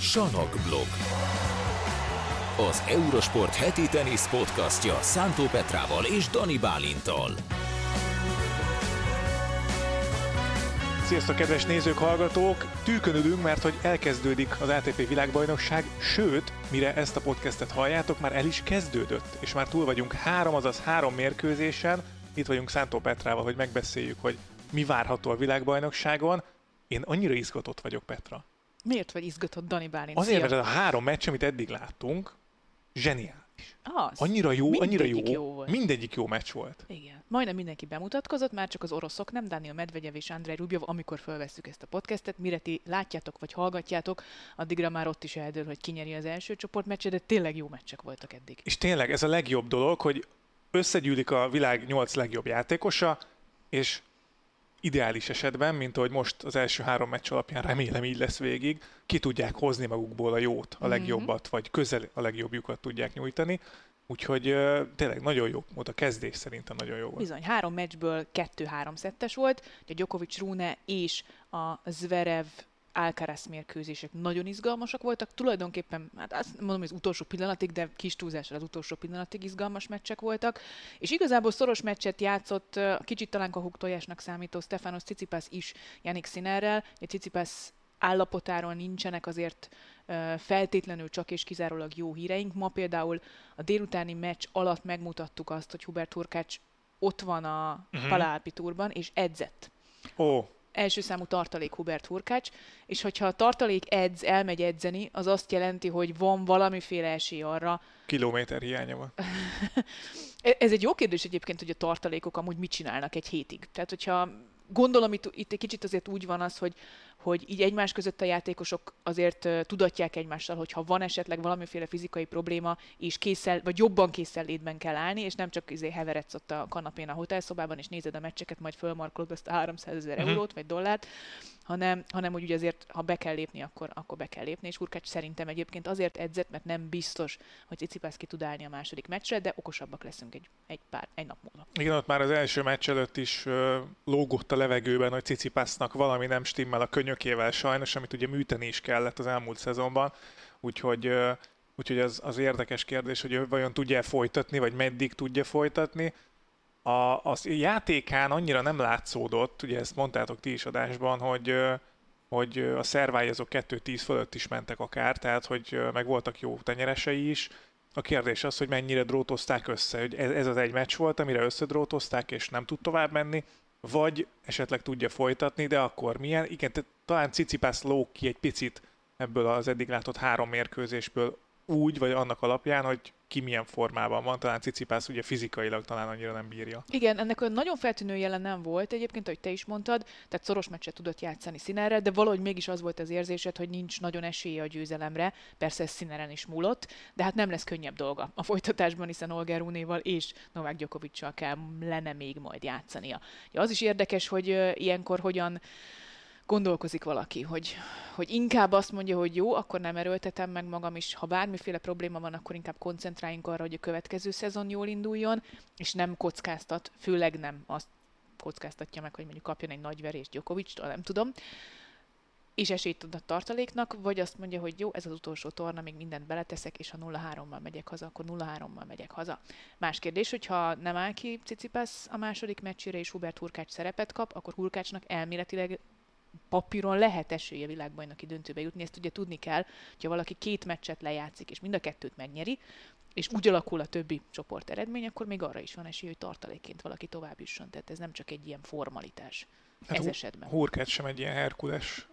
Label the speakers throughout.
Speaker 1: Sanokblog. Az Eurosport heti tenisz podcastja Szántó Petrával és Dani Bálinttal.
Speaker 2: Sziasztok, kedves nézők, hallgatók! Tűkönülünk, mert hogy elkezdődik az ATP világbajnokság, sőt, mire ezt a podcastet halljátok, már el is kezdődött, és már túl vagyunk három mérkőzésen. Itt vagyunk Szántó Petrával, hogy megbeszéljük, hogy mi várható a világbajnokságon. Én annyira izgatott vagyok, Petra.
Speaker 3: Miért vagy izgatott, Dani Bálint?
Speaker 2: Azért, mert a 3 meccs, amit eddig láttunk, zseniális.
Speaker 3: Az.
Speaker 2: Annyira jó.
Speaker 3: Volt.
Speaker 2: Mindegyik jó meccs volt.
Speaker 3: Igen. Majdnem mindenki bemutatkozott, már csak az oroszok nem, Daniil Medvegyev és Andrei Rublev, amikor felvesszük ezt a podcastet, mire ti látjátok vagy hallgatjátok, addigra már ott is eldől, hogy ki nyeri az első csoportmeccset, de tényleg jó meccsek voltak eddig.
Speaker 2: És tényleg ez a legjobb dolog, hogy összegyűlik a világ 8 legjobb játékosa, és ideális esetben, mint ahogy most az első 3 meccs alapján remélem így lesz végig, ki tudják hozni magukból a jót, a legjobbat, vagy közel a legjobbjukat tudják nyújtani. Úgyhogy tényleg nagyon jó volt a kezdés, szerintem nagyon jó volt.
Speaker 3: Bizony, 3 meccsből 2-3 szettes volt, a Djokovic, Rune és a Zverev Alcaraz mérkőzések nagyon izgalmasak voltak, tulajdonképpen, hát azt mondom, hogy az utolsó pillanatig, de kis túlzásra az utolsó pillanatig izgalmas meccsek voltak, és igazából szoros meccset játszott, kicsit talán kahugtojásnak számító Stefanos Tsitsipas is Jannik Sinnerrel, a Tsitsipas állapotáról nincsenek azért feltétlenül csak és kizárólag jó híreink. Ma például a délutáni meccs alatt megmutattuk azt, hogy Hubert Hurkacz ott van a Pala-Alpi Tourban, és edzett. Első számú tartalék Hubert Hurkacz, és hogyha a tartalék elmegy edzeni, az azt jelenti, hogy van valamiféle esély arra.
Speaker 2: Kilométer hiánya van.
Speaker 3: Ez egy jó kérdés egyébként, hogy a tartalékok amúgy mit csinálnak egy hétig. Tehát, hogyha gondolom, itt egy kicsit azért úgy van az, hogy így egymás között a játékosok azért tudatják egymással, hogyha van esetleg valamiféle fizikai probléma, és vagy jobban készenlétben kell állni, és nem csak heveredsz ott a kanapén a hotelszobában, és nézed a meccseket, majd fölmarkolod azt a 300 000 eurót, vagy dollárt, hanem úgy azért, ha be kell lépni, akkor be kell lépni, és Hurkacz szerintem egyébként azért edzett, mert nem biztos, hogy Tsitsipas ki tud állni a második meccsre, de okosabbak leszünk egy nap múlva.
Speaker 2: Igen, ott már az első meccs előtt is lógott a levegőben, hogy Tsitsipasnak valami nem stimmel a könyökével sajnos, amit ugye műteni is kellett az elmúlt szezonban, úgyhogy az érdekes kérdés, hogy ő vajon tudja folytatni, vagy meddig tudja folytatni. A játékán annyira nem látszódott, ugye ezt mondtátok ti is adásban, hogy a szervái azok 2-10 fölött is mentek akár, tehát hogy meg voltak jó tenyeresei is. A kérdés az, hogy mennyire drótozták össze, hogy ez az egy meccs volt, amire összedrótozták, és nem tud tovább menni, vagy esetleg tudja folytatni, de akkor milyen? Igen, talán Tsitsipas lóg ki egy picit ebből az eddig látott 3 mérkőzésből úgy, vagy annak alapján, hogy ki milyen formában van, talán Tsitsipas ugye fizikailag talán annyira nem bírja.
Speaker 3: Igen, ennek olyan nagyon feltűnő jelen nem volt egyébként, ahogy te is mondtad, tehát szoros meccset tudott játszani Sinnerrel, de valahogy mégis az volt az érzésed, hogy nincs nagyon esélye a győzelemre, persze ez Sinneren is múlott, de hát nem lesz könnyebb dolga a folytatásban, hiszen Holger Runéval és Novák Djokoviccal kellene még majd játszania. Ja, az is érdekes, hogy ilyenkor hogyan gondolkozik valaki, hogy inkább azt mondja, hogy jó, akkor nem erőltetem meg magam is, ha bármiféle probléma van, akkor inkább koncentráljunk arra, hogy a következő szezon jól induljon, és nem kockáztat, főleg nem azt kockáztatja meg, hogy mondjuk kapjon egy nagy verést Djokovictól, nem tudom, és esélyt ad a tartaléknak, vagy azt mondja, hogy jó, ez az utolsó torna, még mindent beleteszek, és ha 0-3-mal megyek haza, akkor 0-3-mal megyek haza. Más kérdés, hogyha nem áll ki Tsitsipas a második meccsére, és Hubert Hurkacz szerepet kap, akkor Hurkacznak elméletileg papíron lehet esélye világbajnoki döntőbe jutni, ezt ugye tudni kell, hogyha valaki 2 meccset lejátszik, és mind a 2-t megnyeri, és úgy alakul a többi csoport eredmény, akkor még arra is van esély, hogy tartalékként valaki tovább jusson. Tehát ez nem csak egy ilyen formalitás ez esetben.
Speaker 2: Hurkacz sem egy ilyen Herkules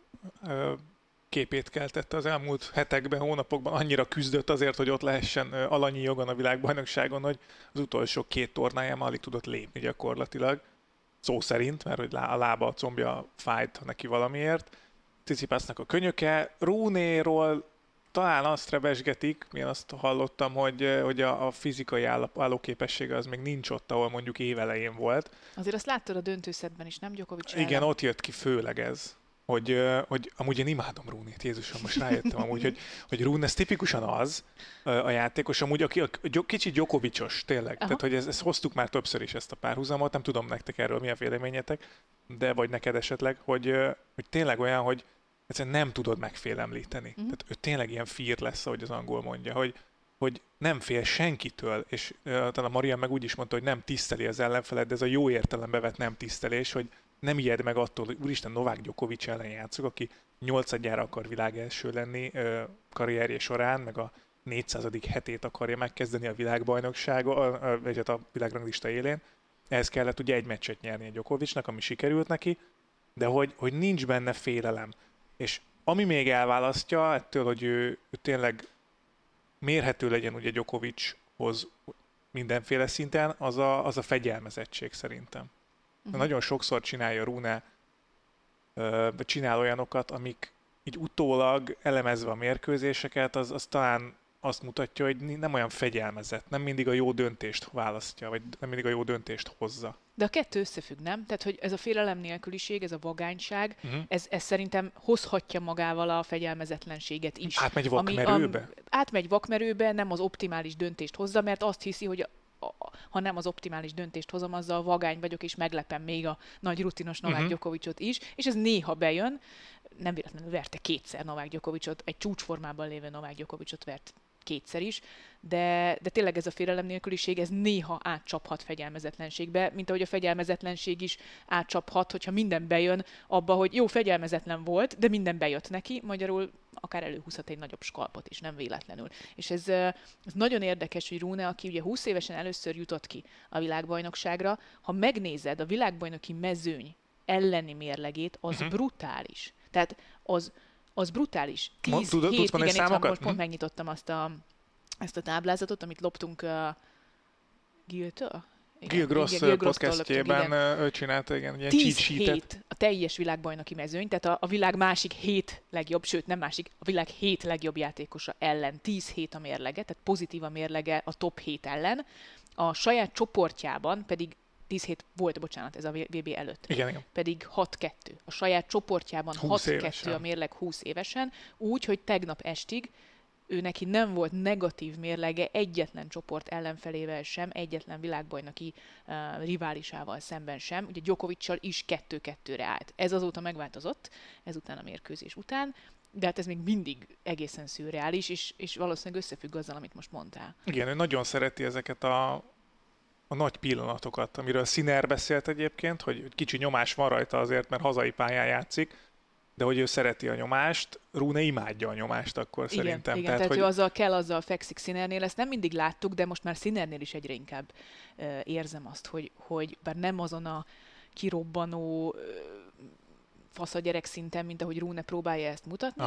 Speaker 2: képét keltette az elmúlt hetekben, hónapokban. Annyira küzdött azért, hogy ott lehessen alanyi jogon a világbajnokságon, hogy az utolsó 2 tornáján alig tudott lépni gyakorlatilag. Szó szerint, mert hogy a lába, a combja fájt neki valamiért. Tsitsipasnak a könyöke. Runéról talán azt rebesgetik, én azt hallottam, hogy a fizikai állóképessége az még nincs ott, ahol mondjuk évelején volt.
Speaker 3: Azért azt láttad a döntőszedben is, nem Djokovic ellen?
Speaker 2: Igen, ott jött ki főleg ez. Hogy amúgy én imádom Runét, Jézusom, most rájöttem amúgy, hogy Rune ez tipikusan az a játékos, amúgy aki kicsit Djokovicos, tényleg. Aha. Tehát, hogy ezt hoztuk már többször is ezt a párhuzamot, nem tudom nektek erről mi a véleményetek, de vagy neked esetleg, hogy tényleg olyan, hogy egyszerűen nem tudod megfélemlíteni. Tehát ő tényleg ilyen fearless, ahogy az angol mondja, hogy nem fél senkitől, és talán a Marian meg úgy is mondta, hogy nem tiszteli az ellenfelet, de ez a jó értelembe vett nem tisztelés, hogy nem ijed meg attól, hogy úristen, Novák Djokovic ellen játszok, aki 8-adjára akar világelső lenni karrierje során, meg a 400. hetét akarja megkezdeni a világbajnokságon, vagy a világranglista élén. Ehhez kellett ugye egy meccset nyerni a Djokovicnak, ami sikerült neki, de hogy nincs benne félelem. És ami még elválasztja ettől, hogy ő tényleg mérhető legyen ugye Djokovichoz mindenféle szinten, az a fegyelmezettség szerintem. Nagyon sokszor csinálja Rune, vagy csinál olyanokat, amik így utólag elemezve a mérkőzéseket, az talán azt mutatja, hogy nem olyan fegyelmezett, nem mindig a jó döntést választja, vagy nem mindig a jó döntést hozza.
Speaker 3: De a kettő összefügg, nem? Tehát, hogy ez a félelem nélküliség, ez a vagányság, ez szerintem hozhatja magával a fegyelmezetlenséget is.
Speaker 2: Átmegy vakmerőbe?
Speaker 3: Átmegy vakmerőbe, nem az optimális döntést hozza, mert azt hiszi, hogy ha nem az optimális döntést hozom, azzal vagány vagyok, és meglepem még a nagy rutinos Novák Djokovicot is, és ez néha bejön. Nem véletlenül verte kétszer Novák Djokovicot, egy csúcsformában lévő Novák Djokovicot vert kétszer is, de tényleg ez a félelem nélküliség, ez néha átcsaphat fegyelmezetlenségbe, mint ahogy a fegyelmezetlenség is átcsaphat, hogyha minden bejön abba, hogy jó, fegyelmezetlen volt, de minden bejött neki, magyarul akár előhúzhat egy nagyobb skalpot is, nem véletlenül. És ez nagyon érdekes, hogy Rune, aki ugye 20 évesen először jutott ki a világbajnokságra, ha megnézed a világbajnoki mezőny elleni mérlegét, az brutális. Tehát az brutális. 10 hét, igen, itt van, most pont megnyitottam ezt a táblázatot, amit loptunk Giltől?
Speaker 2: Gil Gross podcastjében ő csinálta, igen, ilyen cheat sheetet.
Speaker 3: 10 hét a teljes világbajnoki mezőny, tehát a világ másik 7 legjobb, sőt nem másik, a világ 7 legjobb játékosa ellen 10 hét a mérlege, tehát pozitív a mérlege a top 7 ellen. A saját csoportjában pedig 10 hét volt, bocsánat, ez a VB előtt.
Speaker 2: Igen.
Speaker 3: Pedig 6-2. A saját csoportjában 6-2 a mérleg 20 évesen, úgy, hogy tegnap estig ő neki nem volt negatív mérlege egyetlen csoport ellenfelével sem, egyetlen világbajnoki riválisával szemben sem. Ugye Djokoviccal is 2-2-re állt. Ez azóta megváltozott, ezután a mérkőzés után, de hát ez még mindig egészen szürreális, és valószínűleg összefügg azzal, amit most mondtál.
Speaker 2: Igen, ő nagyon szereti ezeket a nagy pillanatokat, amiről Sinner beszélt egyébként, hogy kicsi nyomás van rajta azért, mert hazai pályán játszik, de hogy ő szereti a nyomást, Rune imádja a nyomást akkor
Speaker 3: igen,
Speaker 2: szerintem.
Speaker 3: Igen, tehát hogy azzal fekszik Sinnernél, ezt nem mindig láttuk, de most már Sinnernél is egyre inkább érzem azt, hogy bár nem azon a kirobbanó fasz a gyerek szinten, mint ahogy Rune próbálja ezt mutatni,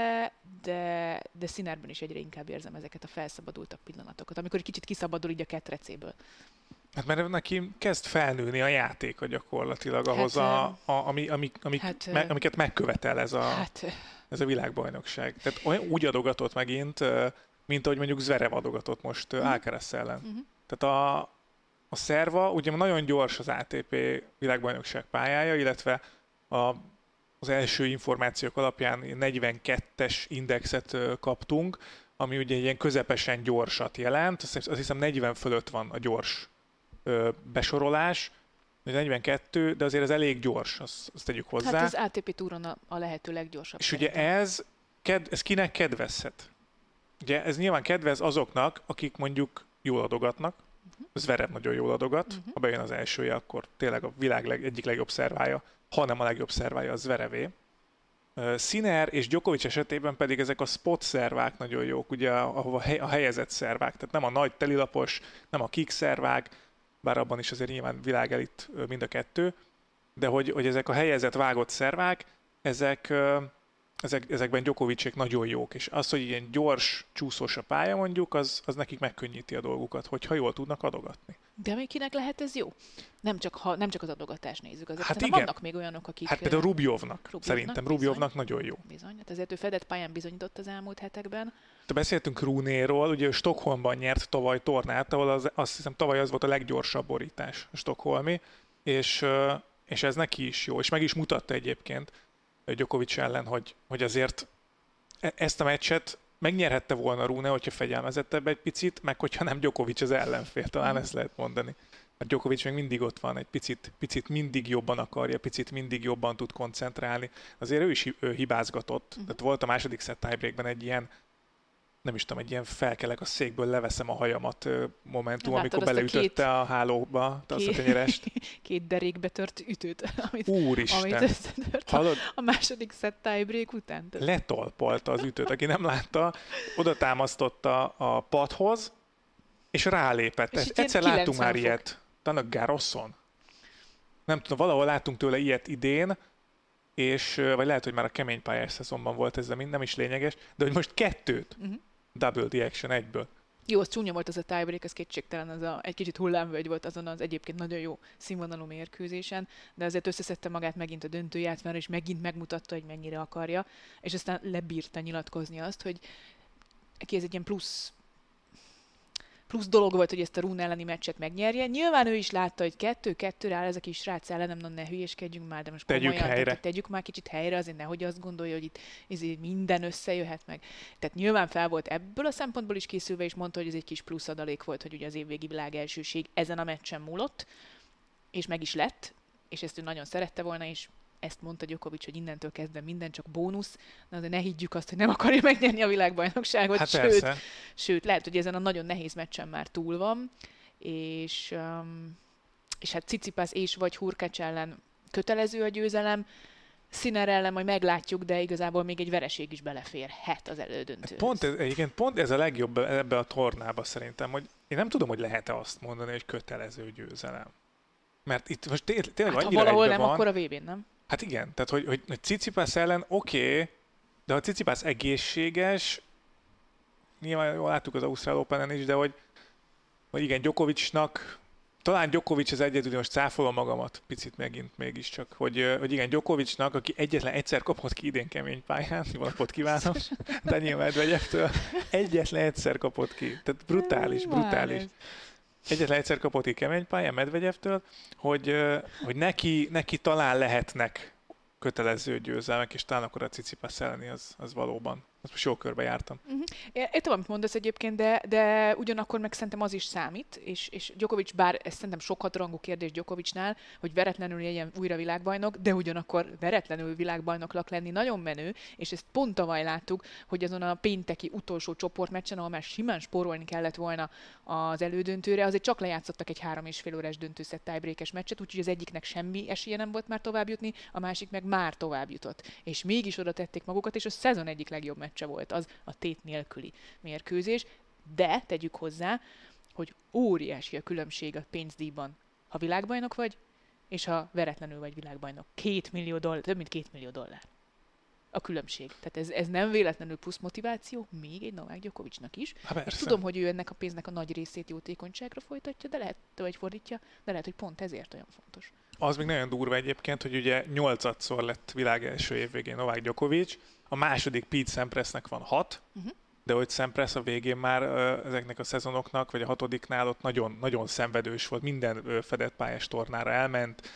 Speaker 3: de Sinnerben is egyre inkább érzem ezeket a felszabadultabb pillanatokat, amikor egy kicsit kiszabadul így a ketrecéből.
Speaker 2: Hát mert neki kezd felnőni a játéka gyakorlatilag ahhoz, amiket megkövetel ez a világbajnokság. Tehát úgy adogatott megint, mint ahogy mondjuk Zverev adogatott most Alcaraz ellen. Tehát a szerva, ugye nagyon gyors az ATP világbajnokság pályája, illetve az első információk alapján 42-es indexet kaptunk, ami ugye ilyen közepesen gyorsat jelent. Azt hiszem 40 fölött van a gyors besorolás, 42, de azért ez elég gyors, azt tegyük hozzá.
Speaker 3: Hát az ATP túron a lehető leggyorsabb.
Speaker 2: És ugye ez kinek kedvezhet? Ugye ez nyilván kedvez azoknak, akik mondjuk jól adogatnak. Zverev nagyon jól adogat, ha bejön az elsője, akkor tényleg a világ egyik legjobb szervája, ha nem a legjobb szervája, az Zverevé. Sinner és Djokovic esetében pedig ezek a spot szervák nagyon jók, ugye a helyezett szervák, tehát nem a nagy telilapos, nem a kick szervák, bár abban is azért nyilván világelit mind a kettő, de hogy ezek a helyezett vágott szervák, ezekben Djokovicék nagyon jók, és az, hogy ilyen gyors, csúszós a pálya mondjuk, az nekik megkönnyíti a dolgukat, hogyha jól tudnak adogatni.
Speaker 3: De még kinek lehet ez jó? Nem csak az adogatást nézzük, azért
Speaker 2: hát
Speaker 3: vannak még olyanok, akik...
Speaker 2: Hát például Rubjovnak szerintem Rubjovnak nagyon jó.
Speaker 3: Bizony, hát ezért ő fedett pályán bizonyított az elmúlt hetekben.
Speaker 2: De beszéltünk Runéról, ugye Stockholmban nyert tavaly tornát, ahol azt hiszem tavaly az volt a leggyorsabb borítás a stockholmi, és ez neki is jó, és meg is mutatta egyébként Djokovic ellen, hogy azért ezt a meccset megnyerhette volna Rune, hogyha fegyelmezettebb egy picit, meg hogyha nem Djokovic az ellenfél, talán ezt lehet mondani. A Djokovic még mindig ott van, egy picit mindig jobban akarja, picit mindig jobban tud koncentrálni. Azért ő is hibázgatott. Tehát volt a második set tiebreakben egy ilyen, nem is tudom, egy ilyen felkelek a székből, leveszem a hajamat momentum, amikor beleütötte a hálóba azt a tenyerest.
Speaker 3: Két derékbe tört ütőt, amit összetört a második set tiebreak után.
Speaker 2: Letolpolta az ütőt. Aki nem látta, oda támasztotta a padhoz, és rálépett. Egyszer láttunk már ilyet. Talán a Garroson. Nem tudom, valahol láttunk tőle ilyet idén, és, vagy lehet, hogy már a kemény pályás szezonban volt ez, de nem is lényeges, de hogy most kettőt, double the action egyből.
Speaker 3: Jó, az csúnya volt az a tiebreak, ez kétségtelen, egy kicsit hullámvölgy volt azon az egyébként nagyon jó színvonalú mérkőzésen, de azért összeszedte magát megint a döntőjátszmára, és megint megmutatta, hogy mennyire akarja, és aztán lebírta nyilatkozni azt, hogy ez egy ilyen plusz dolog volt, hogy ezt a Rune elleni meccset megnyerje. Nyilván ő is látta, hogy 2-2-re áll ez a kis srác ellenem, ne hülyéskedjünk már, de most tegyük már kicsit helyre, azért nehogy azt gondolja, hogy itt minden összejöhet meg. Tehát nyilván fel volt ebből a szempontból is készülve, és mondta, hogy ez egy kis plusz adalék volt, hogy ugye az évvégi világ elsőség ezen a meccsen múlott, és meg is lett, és ezt ő nagyon szerette volna, és ezt mondta Djokovic, hogy innentől kezdve minden csak bónusz, de azért ne higgyük azt, hogy nem akarja megnyerni a világbajnokságot,
Speaker 2: hát
Speaker 3: sőt, lehet, hogy ezen a nagyon nehéz meccsen már túl van, és hát Tsitsipas és vagy Hurkacz ellen kötelező a győzelem, Sinner ellen majd meglátjuk, de igazából még egy vereség is beleférhet az elődöntőhöz.
Speaker 2: Pont ez a legjobb ebbe a tornába szerintem, hogy én nem tudom, hogy lehet-e azt mondani, hogy kötelező győzelem. Mert itt most tényleg
Speaker 3: hát,
Speaker 2: annyira
Speaker 3: ha valahol
Speaker 2: nem,
Speaker 3: van, akkor a VB-n, nem?
Speaker 2: Hát igen, tehát hogy Tsitsipas ellen oké, de ha Tsitsipas egészséges, nyilván jól láttuk az Ausztrál Openen is, de hogy igen, Djokovicnak, talán Djokovic az egyedül, most cáfolom magamat picit megint mégiscsak, hogy igen, Djokovicnak, aki egyetlen egyszer kapott ki idén kemény pályán, jó napot kívánok, Daniil Medvegyevtől, egyetlen egyszer kapott ki, tehát brutális. Egyetlen egyszer kapott ki kemény pályán Medvegyevtől, hogy neki talán lehetnek kötelező győzelmek, és talán akkor a Tsitsipas elleni az valóban. Azt most jó körbe jártam.
Speaker 3: Értem, amit mondasz egyébként, de ugyanakkor meg szerintem az is számít, és Djokovic, bár ez szerintem sokadrangú kérdés Djokovicnál, hogy veretlenül legyen újra világbajnok, de ugyanakkor veretlenül világbajnoknak lenni nagyon menő, és ezt pont tavaly láttuk, hogy azon a pénteki utolsó csoportmeccsen, ahol már simán spórolni kellett volna az elődöntőre, azért csak lejátszottak egy 3,5 órás döntőszett tiebreakes meccset, úgyhogy az egyiknek semmi esélye nem volt már tovább jutni, a másik meg már tovább jutott. És mégis oda tették magukat, és a szezon egyik legjobb meccse volt az a tét nélküli mérkőzés, de tegyük hozzá, hogy óriási a különbség a pénzdíjban, ha világbajnok vagy, és ha veretlenül vagy világbajnok. $2 millió, több mint $2 millió a különbség. Tehát ez nem véletlenül plusz motiváció, még egy Novák Djokovicnak is. És tudom, hogy ő ennek a pénznek a nagy részét jótékonyságra folytatja, de lehet, vagy fordítja, de lehet, hogy pont ezért olyan fontos.
Speaker 2: Az még nagyon durva egyébként, hogy ugye 8-szor lett világ első évvégén Novák Djokovic, a második Pete Samprasnek van 6, de hogy Sampras a végén már ezeknek a szezonoknak, vagy a 6-nál ott nagyon, nagyon szenvedős volt, minden fedett pályás tornára elment,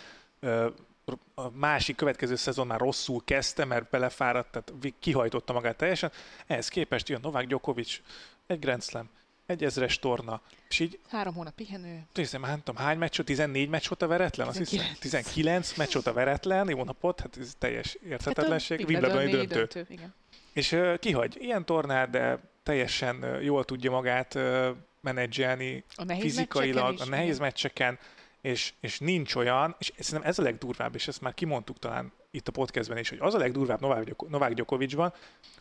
Speaker 2: a másik következő szezon már rosszul kezdte, mert belefáradt, tehát kihajtotta magát teljesen. Ehhez képest jön Novák Djokovic, egy Grand Slam, egy 1000-es torna, és így
Speaker 3: 3 hónap pihenő.
Speaker 2: Nem tudom, hány meccs, 14 meccs volt a veretlen? 19 meccs volt a veretlen, jó napot, hát ez teljes érthetetlenség.
Speaker 3: Hát
Speaker 2: Wimbledoni döntő.
Speaker 3: Igen.
Speaker 2: És kihagy ilyen tornát, de teljesen jól tudja magát menedzselni fizikailag, a nehéz meccseken, és nincs olyan, és szerintem ez a legdurvább, és ezt már kimondtuk talán itt a podcastben is, hogy az a legdurvább Novák Djokovicban,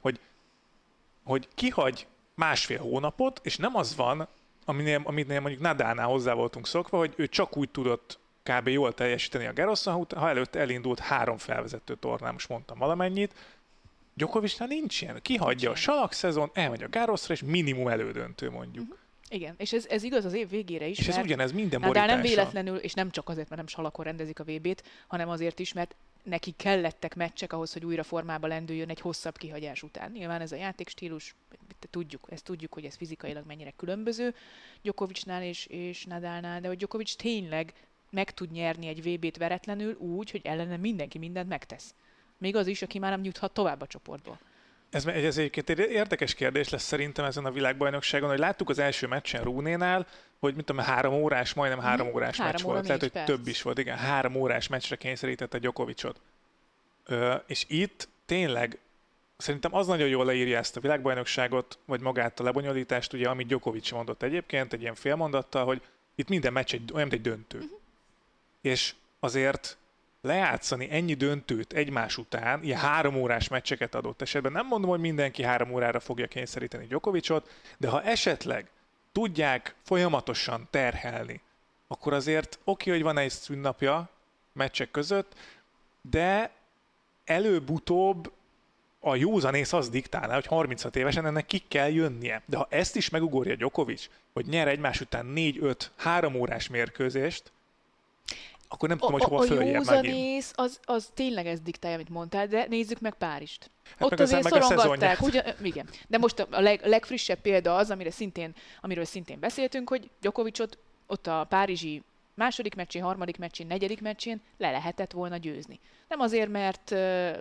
Speaker 2: hogy kihagy 1,5 hónapot, és nem az van, aminél mondjuk Nadalnál hozzá voltunk szokva, hogy ő csak úgy tudott kb. Jól teljesíteni a Garroson, ha előtte elindult 3 felvezető tornán, most mondtam valamennyit. Djokovicnál nincs ilyen. Kihagyja a salakszezon, elmegy a Garrosra, és minimum elődöntő mondjuk.
Speaker 3: Igen, és ez igaz az év végére is.
Speaker 2: És ez ugyanez minden borítással.
Speaker 3: Nem véletlenül, és nem csak azért, mert nem salakon rendezik a VB-t, hanem azért is, mert neki kellettek meccsek ahhoz, hogy újra formába lendüljön egy hosszabb kihagyás után. Nyilván ez a játékstílus, tudjuk, hogy ez fizikailag mennyire különböző Djokovicnál és Nadalnál, de hogy Djokovic tényleg meg tud nyerni egy VB-t veretlenül úgy, hogy ellene mindenki mindent megtesz. Még az is, aki már nem juthat tovább a csoportból.
Speaker 2: Ez egyébként egy érdekes kérdés lesz szerintem ezen a világbajnokságon, hogy láttuk az első meccsen Rúnénál, hogy mit tudom, 3 órás, majdnem 3 órás meccs volt. Lehet, hogy több is volt, igen. 3 órás meccsre kényszerítette Djokovicot. És itt tényleg szerintem az nagyon jól leírja ezt a világbajnokságot, vagy magát a lebonyolítást, ugye, amit Djokovic mondott egyébként, egy ilyen félmondattal, hogy itt minden meccs olyan, mint egy döntő. És azért lejátszani ennyi döntőt egymás után, ilyen 3 órás meccseket adott esetben, nem mondom, hogy mindenki 3 órára fogja kényszeríteni Djokovicot, de ha esetleg tudják folyamatosan terhelni, akkor azért oké, hogy van egy szünnapja meccsek között, de előbb-utóbb a józanész az diktálná, hogy 36 évesen ennek ki kell jönnie. De ha ezt is megugorja Djokovic, hogy nyer egymás után 4-5-3 órás mérkőzést, akkor nem tudom, hogy hova följebb megint.
Speaker 3: A józanész az tényleg ezt diktálja, amit mondtál, de nézzük meg Párizst.
Speaker 2: Hát
Speaker 3: ott azért szorongatták. Igen. De most a legfrissebb példa az, amiről szintén beszéltünk, hogy Djokovicot ott a párizsi második meccsén, harmadik meccsén, negyedik meccsén le lehetett volna győzni. Nem azért, mert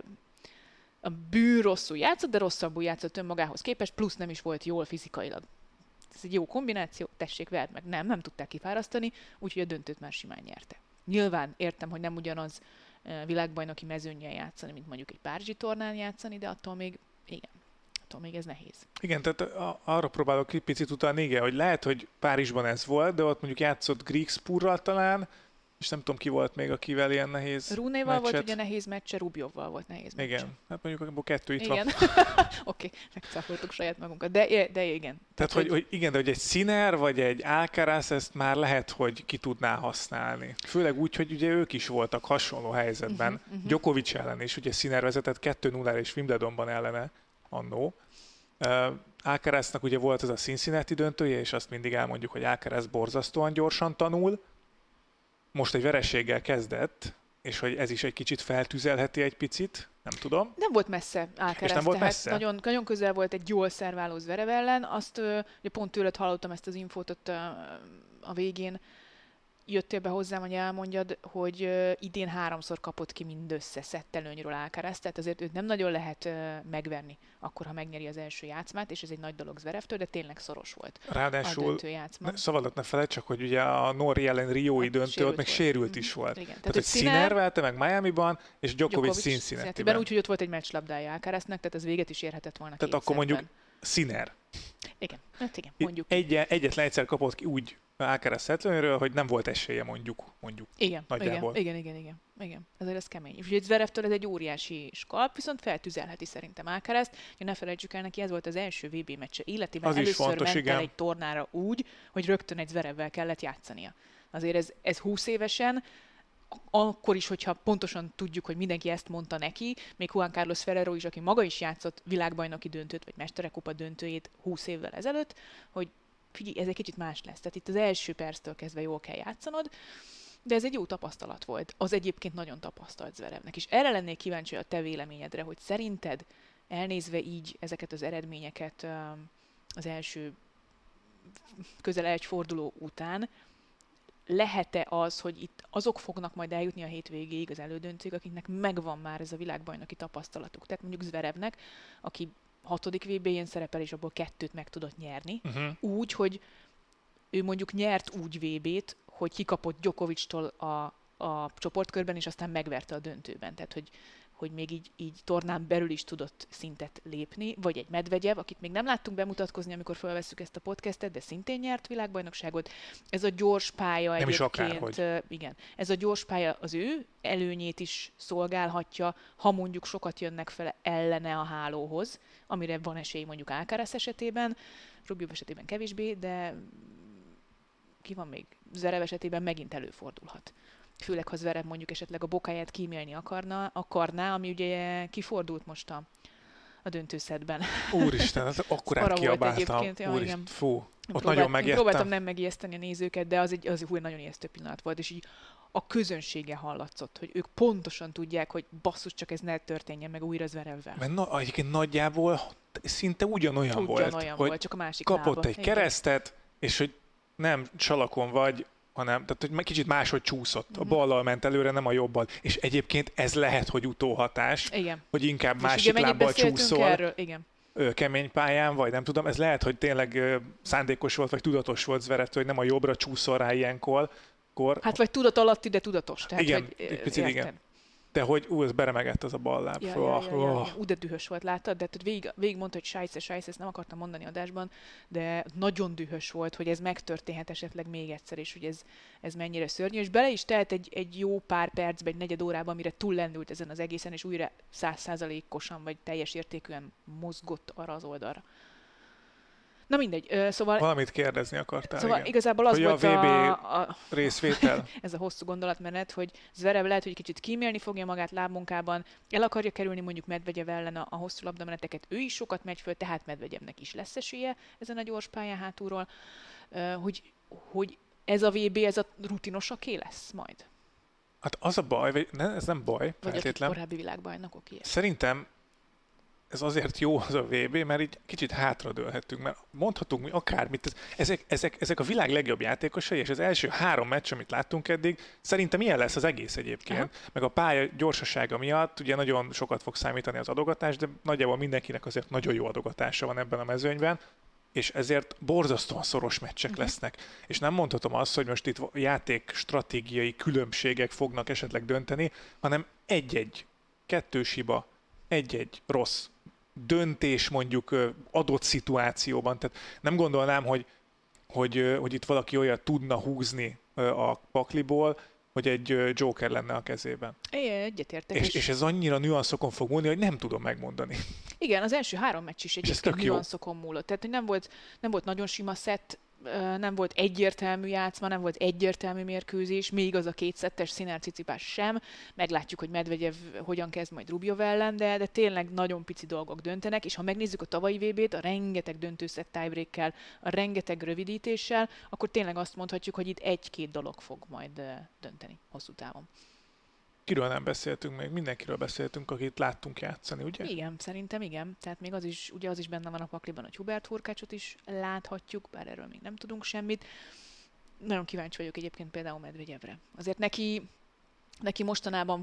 Speaker 3: a bűn rosszul játszott, de rosszabbul játszott önmagához képest, plusz nem is volt jól fizikailag. Ez egy jó kombináció, tessék, verd meg. Nem tudták kifárasztani, úgyhogy a döntőt már simán nyerte. Nyilván értem, hogy nem ugyanaz világbajnoki mezőnnyel játszani, mint mondjuk egy párizsi tornán játszani, de attól még ez nehéz.
Speaker 2: Igen, tehát arra próbálok egy picit utalni, igen, hogy lehet, hogy Párizsban ez volt, de ott mondjuk játszott Griekspoorral talán, és nem tudom, ki volt még, akivel ilyen nehéz
Speaker 3: Rúnéval volt ugye nehéz meccse, Rubjovval volt nehéz meccse.
Speaker 2: Igen, hát mondjuk abból 2 itt
Speaker 3: igen.
Speaker 2: van.
Speaker 3: Oké, megcáfoltuk saját magunkat, de igen.
Speaker 2: Tehát, hogy igen, de hogy egy Sinner vagy egy Alcaraz, ezt már lehet, hogy ki tudná használni. Főleg úgy, hogy ugye ők is voltak hasonló helyzetben. Djokovic ellen is, ugye Sinner vezetett 2-0-ra és Wimbledonban ellene annó. Alcaraznak ugye volt ez a Cincinnati döntője, és azt mindig elmondjuk, hogy Alcaraz borzasztóan gyorsan tanul. Most egy vereséggel kezdett, és hogy ez is egy kicsit feltüzelheti egy picit, nem tudom.
Speaker 3: Nem volt messze Alcaraz,
Speaker 2: nem volt
Speaker 3: tehát
Speaker 2: messze?
Speaker 3: nagyon, nagyon közel volt egy jól szerváló Zverev ellen. Azt ugye pont tőled hallottam ezt az infót ott a végén, jöttél be hozzám, hogy elmondjad, hogy idén 3-szor kapott ki mindössze szettelőnyről Alcaraz, tehát azért őt nem nagyon lehet megverni akkor, ha megnyeri az első játszmát, és ez egy nagy dolog Zverevtől, de tényleg szoros volt.
Speaker 2: Ráadásul,
Speaker 3: a döntőjátszma.
Speaker 2: Szabadot ne felejts csak, hogy ugye a Norrie ellen Riói döntő ott meg sérült is volt.
Speaker 3: Igen.
Speaker 2: Tehát hogy Sinner velte meg Miamiban, és Djokovic Cincinnatiben.
Speaker 3: Úgyhogy ott volt egy meccslabdája Alcaraznak, tehát ez véget is érhetett volna.
Speaker 2: Tehát akkor mondjuk Sinner.
Speaker 3: Igen, hát igen, mondjuk.
Speaker 2: Egyetlen egyszer kapott ki úgy Alcaraz szettelőnyről, hogy nem volt esélye mondjuk.
Speaker 3: Igen,
Speaker 2: nagyjából.
Speaker 3: Igen. Ezért ez kemény. Úgyhogy Zverevtől ez egy óriási skalp, viszont feltüzelheti szerintem Alcarazt. Ne felejtsük el, neki ez volt az első VB meccse életében.
Speaker 2: Az
Speaker 3: először
Speaker 2: fontos,
Speaker 3: ment el egy tornára úgy, hogy rögtön egy Zverevvel kellett játszania. Azért ez 20 évesen, akkor is, hogyha pontosan tudjuk, hogy mindenki ezt mondta neki, még Juan Carlos Ferrero is, aki maga is játszott világbajnoki döntőt, vagy Mesterekupa döntőjét 20 évvel ezelőtt, hogy figyelj, ez egy kicsit más lesz. Tehát itt az első perctől kezdve jól kell játszanod, de ez egy jó tapasztalat volt. Az egyébként nagyon tapasztalt Zverevnek. És erre lennék kíváncsi a te véleményedre, hogy szerinted elnézve így ezeket az eredményeket az első közel egy forduló után, lehet-e az, hogy itt azok fognak majd eljutni a hétvégéig az elődöntőig, akiknek megvan már ez a világbajnoki tapasztalatuk. Tehát mondjuk Zverevnek, aki 6. VB-jén szerepel, és abból 2-t meg tudott nyerni. Úgy, hogy ő mondjuk nyert úgy VB-t, hogy kikapott Djokovictól a csoportkörben, és aztán megverte a döntőben. Tehát, hogy még így tornán belül is tudott szintet lépni, vagy egy Medvegyev, akit még nem láttunk bemutatkozni, amikor felvesszük ezt a podcastet, de szintén nyert világbajnokságot. Ez a gyors pálya
Speaker 2: nem
Speaker 3: egyébként, igen, ez a gyors pálya az ő előnyét is szolgálhatja, ha mondjuk sokat jönnek fel ellene a hálóhoz, amire van esély mondjuk Alcaraz esetében, Rublev esetében kevésbé, de ki van még? Zverev esetében megint előfordulhat. Főleg, ha Zverev mondjuk esetleg a bokáját kímélni akarná, ami ugye kifordult most a döntőszedben.
Speaker 2: Úristen, hát akkorát kiabáltam. Úristen, fú, ott nagyon megijedtem.
Speaker 3: Próbáltam nem megijeszteni a nézőket, de az egy nagyon ijesztő pillanat volt, és így a közönsége hallatszott, hogy ők pontosan tudják, hogy basszus, csak ez ne történjen meg újra Zverevvel.
Speaker 2: Mert egyébként nagyjából szinte ugyanolyan volt,
Speaker 3: volt, csak a másik
Speaker 2: kapott
Speaker 3: lába.
Speaker 2: egy keresztet, és hogy nem csalakon vagy, tehát hogy kicsit máshogy csúszott. A ballal ment előre, nem a jobbal. És egyébként ez lehet, hogy utóhatás,
Speaker 3: igen.
Speaker 2: hogy inkább
Speaker 3: És
Speaker 2: másik
Speaker 3: ugye
Speaker 2: lábbal csúszol.
Speaker 3: Erről? Igen.
Speaker 2: Kemény pályán, vagy nem tudom, ez lehet, hogy tényleg szándékos volt, vagy tudatos volt Zverev, hogy nem a jobbra csúszol rá ilyenkor.
Speaker 3: Hát vagy tudat alatti, de tudatos. Tehát,
Speaker 2: igen,
Speaker 3: hogy,
Speaker 2: picit igen. De hogy ez beremegett az a balláb.
Speaker 3: De dühös volt, láttad? De végig mondta, hogy sajsze, ezt nem akartam mondani adásban, de nagyon dühös volt, hogy ez megtörténhet esetleg még egyszer, és hogy ez mennyire szörnyű, és bele is telt egy jó pár percbe, egy negyed órában, amire túllendült ezen az egészen, és újra 100%-osan vagy teljes értékűen mozgott arra az oldalra. Na mindegy, szóval...
Speaker 2: Valamit kérdezni akartál,
Speaker 3: szóval
Speaker 2: igen.
Speaker 3: igazából az
Speaker 2: hogy
Speaker 3: volt
Speaker 2: a VB részvétel.
Speaker 3: Ez a hosszú gondolatmenet, hogy Zverev lehet, hogy kicsit kímélni fogja magát lábmunkában, el akarja kerülni mondjuk Medvegyev ellen a hosszú labdameneteket, ő is sokat megy föl, tehát Medvegyevnek is lesz esélye ezen a gyors pályán hátulról, hogy ez a VB, ez a rutinosaké lesz majd.
Speaker 2: Hát az a baj, vagy ez nem baj,
Speaker 3: vagy
Speaker 2: feltétlen.
Speaker 3: a korábbi világbajnokok ilyen.
Speaker 2: Szerintem ez azért jó az a VB, mert így kicsit hátradőlhetünk, mert mondhatunk mi akármit. Ezek a világ legjobb játékosai, és az első 3 meccs, amit láttunk eddig, szerintem ilyen lesz az egész egyébként. Aha. Meg a pálya gyorsasága miatt ugye nagyon sokat fog számítani az adogatás, de nagyjából mindenkinek azért nagyon jó adogatása van ebben a mezőnyben, és ezért borzasztóan szoros meccsek lesznek. És nem mondhatom azt, hogy most itt játék stratégiai különbségek fognak esetleg dönteni, hanem 1-1, 2 hiba, 1-1 rossz döntés mondjuk adott szituációban. Tehát nem gondolnám, hogy itt valaki olyat tudna húzni a pakliból, hogy egy Joker lenne a kezében.
Speaker 3: Egyetértek.
Speaker 2: És ez annyira nüanszokon fog múlni, hogy nem tudom megmondani.
Speaker 3: Igen, az első 3 meccs is egyébként nüanszokon múlott. Tehát, hogy nem volt nagyon sima szett, nem volt egyértelmű játszma, nem volt egyértelmű mérkőzés, még az a 2 szettes Sinner-Cicipás sem. Meglátjuk, hogy Medvegyev hogyan kezd majd Rublev ellen, de tényleg nagyon pici dolgok döntenek, és ha megnézzük a tavalyi VB-t, a rengeteg döntőszett tiebreakkel, a rengeteg rövidítéssel, akkor tényleg azt mondhatjuk, hogy itt 1-2 dolog fog majd dönteni hosszú távon.
Speaker 2: Kiről nem beszéltünk még? Mindenkiről beszéltünk, akit láttunk játszani, ugye?
Speaker 3: Igen, szerintem igen. Tehát még az is benne van a pakliban, hogy Hubert Hurkácsot is láthatjuk, bár erről még nem tudunk semmit. Nagyon kíváncsi vagyok egyébként például Medvegyevre. Azért neki mostanában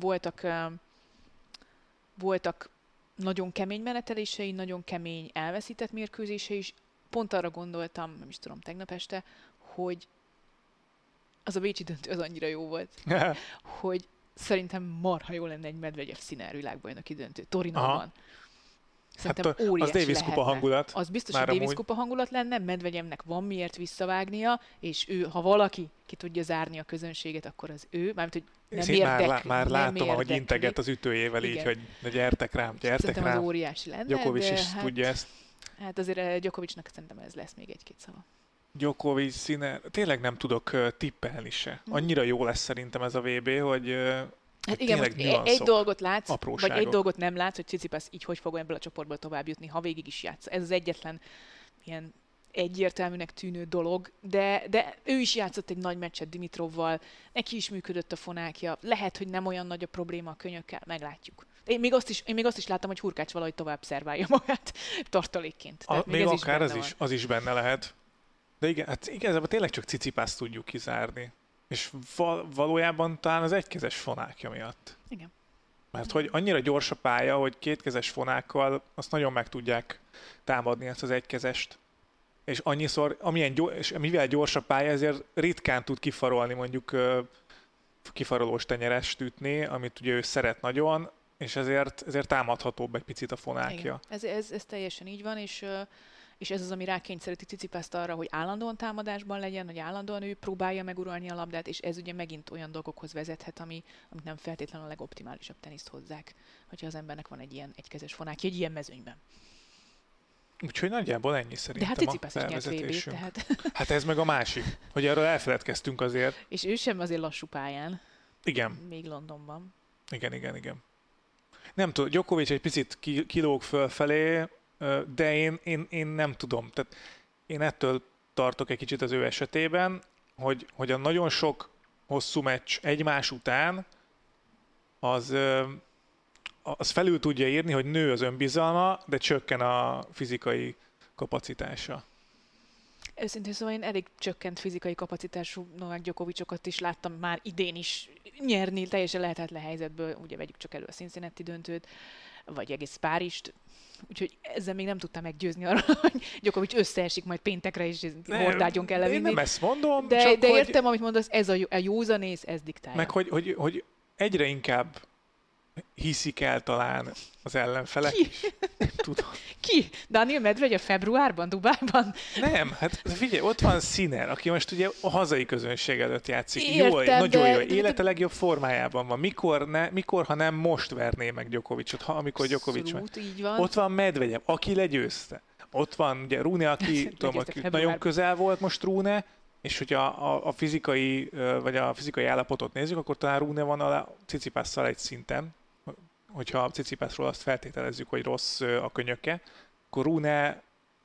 Speaker 3: voltak nagyon kemény menetelései, nagyon kemény elveszített mérkőzései is. Pont arra gondoltam, nem is tudom, tegnap este, hogy az a bécsi döntő az annyira jó volt, hogy szerintem marha jó lenne egy Medvegyev Sinner világbajnoki döntő Torinóban. Szerintem
Speaker 2: hát
Speaker 3: óriási
Speaker 2: az Davis kupa hangulat.
Speaker 3: Az biztos, hogy Davis kupa hangulat lenne, Medvegyevnek van miért visszavágnia, és ő, ha valaki ki tudja zárni a közönséget, akkor az ő. Mármint, hogy nem érdekli.
Speaker 2: Már látom, ahogy integet az ütőjével így, hogy gyertek rám.
Speaker 3: Szerintem az óriási lenne.
Speaker 2: Djokovic is tudja ezt.
Speaker 3: Hát azért Djokovicnak szerintem ez lesz még 1-2 szava.
Speaker 2: Djokovic, Sinner, tényleg nem tudok tippelni se. Annyira jó lesz szerintem ez a VB, hogy
Speaker 3: hát igen, most egy dolgot látsz,
Speaker 2: apróságok.
Speaker 3: Vagy egy dolgot nem látsz, hogy Tsitsipas így hogy fog ebből a csoportból tovább jutni, ha végig is játsz. Ez az egyetlen ilyen egyértelműnek tűnő dolog, de ő is játszott egy nagy meccset Dimitrovval, neki is működött a fonákja, lehet, hogy nem olyan nagy a probléma a könyökkel, meglátjuk. Én még azt is láttam, hogy Hurkács valahogy tovább szerválja magát tartalékként.
Speaker 2: Még akár az is benne lehet. De igen, hát igazából tényleg csak Tsitsipast tudjuk kizárni. És valójában talán az egykezes fonákja miatt.
Speaker 3: Igen.
Speaker 2: Mert hogy annyira gyors a pálya, hogy kétkezes fonákkal azt nagyon meg tudják támadni ezt az egykezest. És annyiszor, és mivel gyors a pálya, ezért ritkán tud kifarolni mondjuk kifarolós tenyerest ütni, amit ugye ő szeret nagyon, és ezért támadhatóbb egy picit a fonákja.
Speaker 3: Igen. Ez teljesen így van, és ez az, ami rákényszeríti Tsitsipast arra, hogy állandóan támadásban legyen, hogy állandóan ő próbálja meguralni a labdát, és ez ugye megint olyan dolgokhoz vezethet, amit nem feltétlenül a legoptimálisabb teniszt hozzák, hogyha az embernek van egy ilyen egykezes fonákja, egy ilyen mezőnyben.
Speaker 2: Úgyhogy nagyjából ennyi szerintem
Speaker 3: a tervezetésünk.
Speaker 2: VB-t, tehát... Hát ez meg a másik, hogy erről elfeledkeztünk azért.
Speaker 3: És ő sem azért lassú pályán.
Speaker 2: Igen.
Speaker 3: Még Londonban.
Speaker 2: Igen. Nem tudom, Djokovic egy picit kilóg fölfelé, de én nem tudom. Tehát én ettől tartok egy kicsit az ő esetében, hogy a nagyon sok hosszú meccs egymás után az felül tudja írni, hogy nő az önbizalma, de csökken a fizikai kapacitása.
Speaker 3: Őszintén szóval én elég csökkent fizikai kapacitású Novák Djokovicsokat is láttam már idén is nyerni teljesen lehetetlen helyzetből, ugye vegyük csak elő a Cincinnati döntőt, vagy egész Párizst. Úgyhogy ezzel még nem tudtam meggyőzni arra, hogy Djokovic összeesik majd péntekre, és hordágyon kell levinni.
Speaker 2: Én nem ezt mondom,
Speaker 3: de
Speaker 2: csak
Speaker 3: értem, amit mondasz, ez a józanész, ez diktálja.
Speaker 2: Meg hogy egyre inkább hiszik el talán az ellenfelek.
Speaker 3: Ki?
Speaker 2: Nem tudom.
Speaker 3: Ki? Daniil Medvedev februárban, Dubájban?
Speaker 2: Nem, hát figyelj, ott van Sinner, aki most ugye a hazai közönség előtt játszik.
Speaker 3: Értem,
Speaker 2: nagyon jó, élete legjobb formájában van. Mikor, ha nem most verné meg Djokovicot, amikor Djokovic van. Ott van Medvedev, aki legyőzte. Ott van ugye Rune, aki nagyon közel volt most Rune, és hogyha a fizikai, vagy a fizikai állapotot nézzük, akkor talán Rune van a Tsitsipasszal egy szinten. Hogyha a Tsitsipasról azt feltételezzük, hogy rossz a könyöke, akkor Rune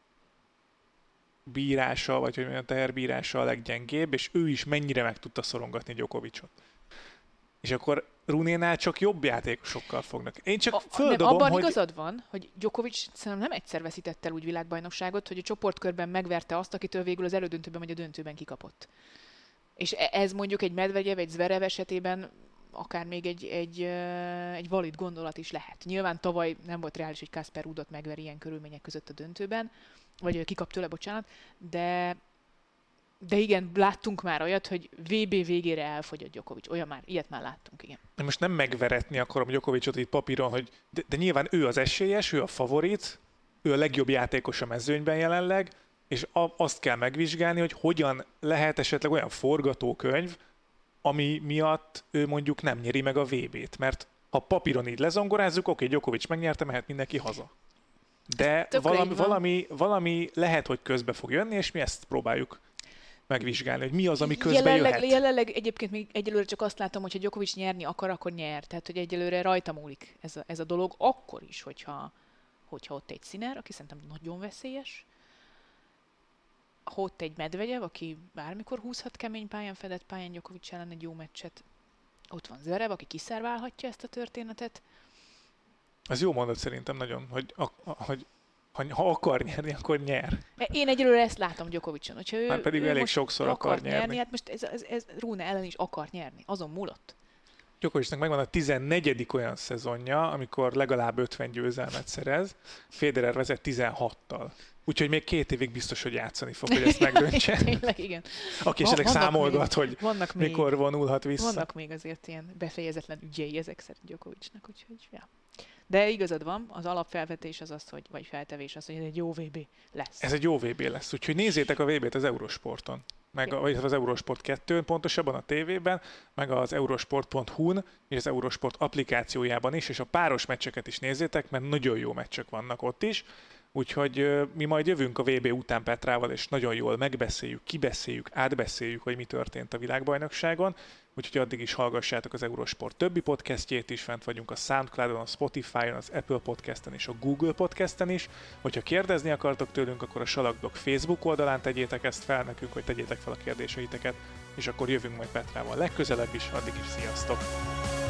Speaker 2: bírása, vagy hogy mondjam, teherbírása a leggyengébb, és ő is mennyire meg tudta szorongatni Djokovicot. És akkor Runénál csak jobb játékosokkal fognak. Én csak földobom,
Speaker 3: abban
Speaker 2: hogy...
Speaker 3: igazad van, hogy Djokovic szerintem nem egyszer veszített el úgy világbajnokságot, hogy a csoportkörben megverte azt, akitől végül az elődöntőben vagy a döntőben kikapott. És ez mondjuk egy Medvedev, egy Zverev esetében akár még egy valid gondolat is lehet. Nyilván tavaly nem volt reális, hogy Casper Ruudot megver ilyen körülmények között a döntőben, vagy kikap tőle, bocsánat, de igen, láttunk már olyat, hogy VB végére elfogyott Djokovic. Ilyet már láttunk, igen.
Speaker 2: Most nem megveretni akarom Djokovicot itt papíron, hogy de nyilván ő az esélyes, ő a favorit, ő a legjobb játékos a mezőnyben jelenleg, és azt kell megvizsgálni, hogy hogyan lehet esetleg olyan forgatókönyv, ami miatt ő mondjuk nem nyeri meg a VB-t, mert ha papíron így lezongorázzuk, oké, Djokovic megnyerte, mehet mindenki haza. De valami lehet, hogy közbe fog jönni, és mi ezt próbáljuk megvizsgálni, hogy mi az, ami közbe jöhet.
Speaker 3: Jelenleg egyébként még egyelőre csak azt látom, hogy ha Djokovic nyerni akar, akkor nyer. Tehát, hogy egyelőre rajta múlik ez a dolog, akkor is, hogyha ott egy Sinner, aki szerintem nagyon veszélyes, ha ott egy Medvedev, aki bármikor húzhat kemény pályán, fedett pályán Djokovic ellen egy jó meccset. Ott van Zverev, aki kiszerválhatja ezt a történetet.
Speaker 2: Ez jó mondat szerintem nagyon, hogy ha akar nyerni, akkor nyer.
Speaker 3: Én egyelőre ezt látom Djokovicon.
Speaker 2: Már pedig elég sokszor akar nyerni.
Speaker 3: Hát most ez Rune ellen is akar nyerni. Azon múlott.
Speaker 2: Djokovicnak megvan a 14. olyan szezonja, amikor legalább 50 győzelmet szerez. Federer vezet 16-tal. Úgyhogy még 2 évig biztos, hogy játszani fog, hogy ezt megdöntse.
Speaker 3: Tényleg, igen.
Speaker 2: Aki esetleg számolgat, hogy mikor vonulhat vissza.
Speaker 3: Vannak még azért ilyen befejezetlen ügyei ezek szerint Djokovicnak, úgyhogy ja. De igazad van, az alapfelvetés az, vagy feltevés az, hogy ez egy jó VB lesz.
Speaker 2: Ez egy jó VB lesz, úgyhogy nézzétek a VB-t az Eurosporton. Vagy az Eurosport 2-n, pontosabban a tévében, meg az eurosport.hu-n és az Eurosport applikációjában is, és a páros meccseket is nézzétek, mert nagyon jó meccsek vannak ott is. Úgyhogy mi majd jövünk a VB után Petrával, és nagyon jól megbeszéljük, kibeszéljük, átbeszéljük, hogy mi történt a világbajnokságon. Úgyhogy addig is hallgassátok az Eurosport többi podcastjét is, fent vagyunk a Soundcloudon, a Spotify-on, az Apple Podcasten és a Google Podcasten is. Hogyha kérdezni akartok tőlünk, akkor a Salakdog Facebook oldalán tegyétek ezt fel nekünk, hogy tegyétek fel a kérdéseiteket, és akkor jövünk majd Petrával legközelebb is, addig is sziasztok!